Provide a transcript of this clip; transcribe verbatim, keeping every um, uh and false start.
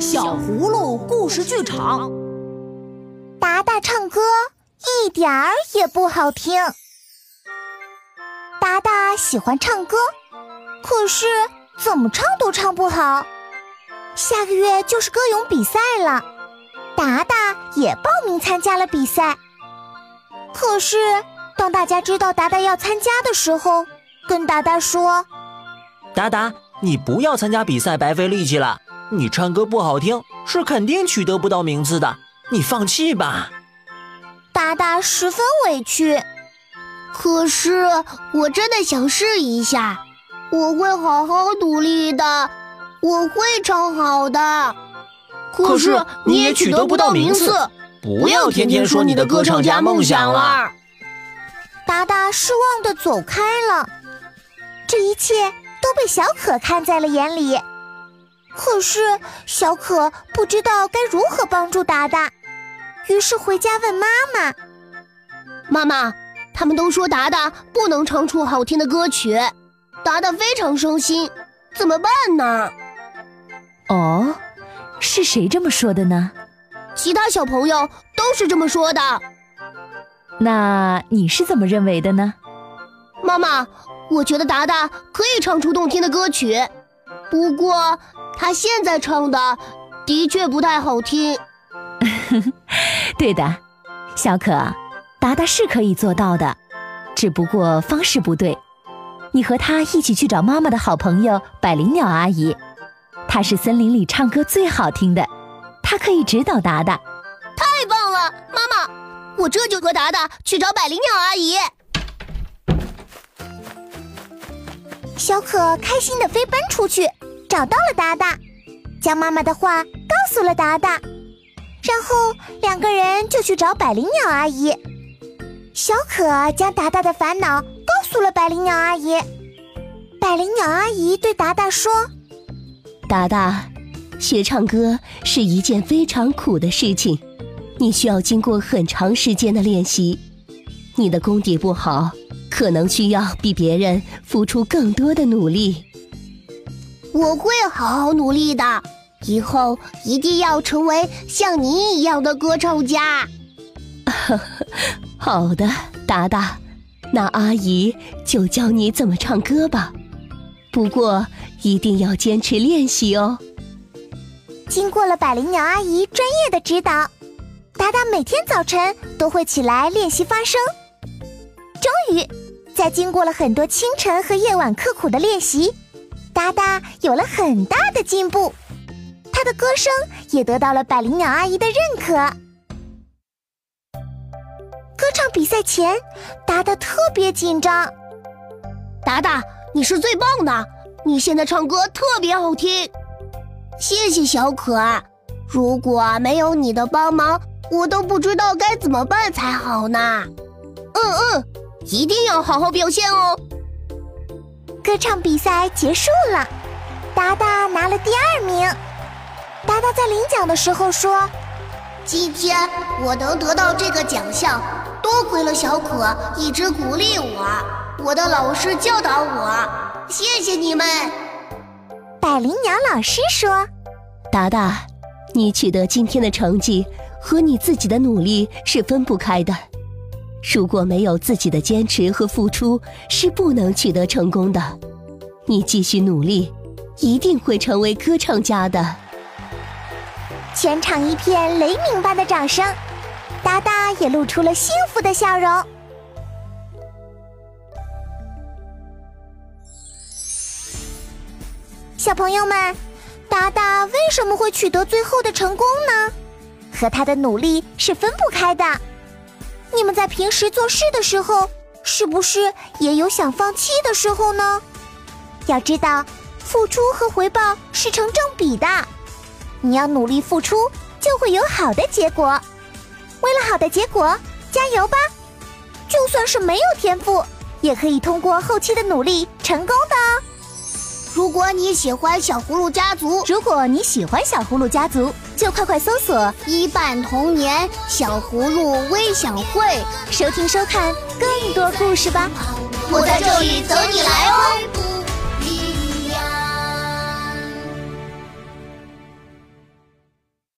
小葫芦故事剧场。 达达唱歌一点儿也不好听。达达喜欢唱歌，可是怎么唱都唱不好。下个月就是歌咏比赛了，达达也报名参加了比赛。可是当大家知道达达要参加的时候，跟达达说： 达达，你不要参加比赛，白费力气了。你唱歌不好听，是肯定取得不到名次的，你放弃吧。 达达十分委屈。 可是我真的想试一下，我会好好努力的，我会唱好的。 可是你也取得不到名次，不要天天说你的歌唱家梦想了。 达达失望地走开了。这一切都被小可看在了眼里，可是小可不知道该如何帮助达达，于是回家问妈妈： 妈妈，他们都说达达不能唱出好听的歌曲，达达非常伤心，怎么办呢？ 哦，是谁这么说的呢？ 其他小朋友都是这么说的。 那你是怎么认为的呢？ 妈妈，我觉得达达可以唱出动听的歌曲，不过他现在唱的的确不太好听。 对的，小可，达达是可以做到的，只不过方式不对。你和他一起去找妈妈的好朋友百灵鸟阿姨，她是森林里唱歌最好听的，她可以指导达达。 太棒了，妈妈，我这就和达达去找百灵鸟阿姨。 小可开心地飞奔出去，找到了达达，将妈妈的话告诉了达达，然后两个人就去找百灵鸟阿姨。小可将达达的烦恼告诉了百灵鸟阿姨。百灵鸟阿姨对达达说： 达达，学唱歌是一件非常苦的事情，你需要经过很长时间的练习，你的功底不好，可能需要比别人付出更多的努力。 我会好好努力的，以后一定要成为像你一样的歌唱家。 好的，达达，那阿姨就教你怎么唱歌吧，不过一定要坚持练习哦。 经过了百灵鸟阿姨专业的指导，达达每天早晨都会起来练习发声。终于在经过了很多清晨和夜晚刻苦的练习，达达有了很大的进步，他的歌声也得到了百灵鸟阿姨的认可。歌唱比赛前，达达特别紧张。 达达，你是最棒的，你现在唱歌特别好听。谢谢小可，如果没有你的帮忙，我都不知道该怎么办才好呢。嗯嗯，一定要好好表现哦。 歌唱比赛结束了，达达拿了第二名。达达在领奖的时候说： 今天我能得到这个奖项，多亏了小可一直鼓励我，我的老师教导我，谢谢你们。 百灵鸟老师说： 达达，你取得今天的成绩和你自己的努力是分不开的，如果没有自己的坚持和付出，是不能取得成功的。你继续努力，一定会成为歌唱家的。 全场一片雷鸣般的掌声，达达也露出了幸福的笑容。小朋友们，达达为什么会取得最后的成功呢？和他的努力是分不开的。你们在平时做事的时候，是不是也有想放弃的时候呢？要知道，付出和回报是成正比的。你要努力付出，就会有好的结果。为了好的结果，加油吧！就算是没有天赋，也可以通过后期的努力成功的哦。 如果你喜欢小葫芦家族， 如果你喜欢小葫芦家族，就快快搜索一伴童年小葫芦微享会， 收听收看更多故事吧。 我在这里等你来哦。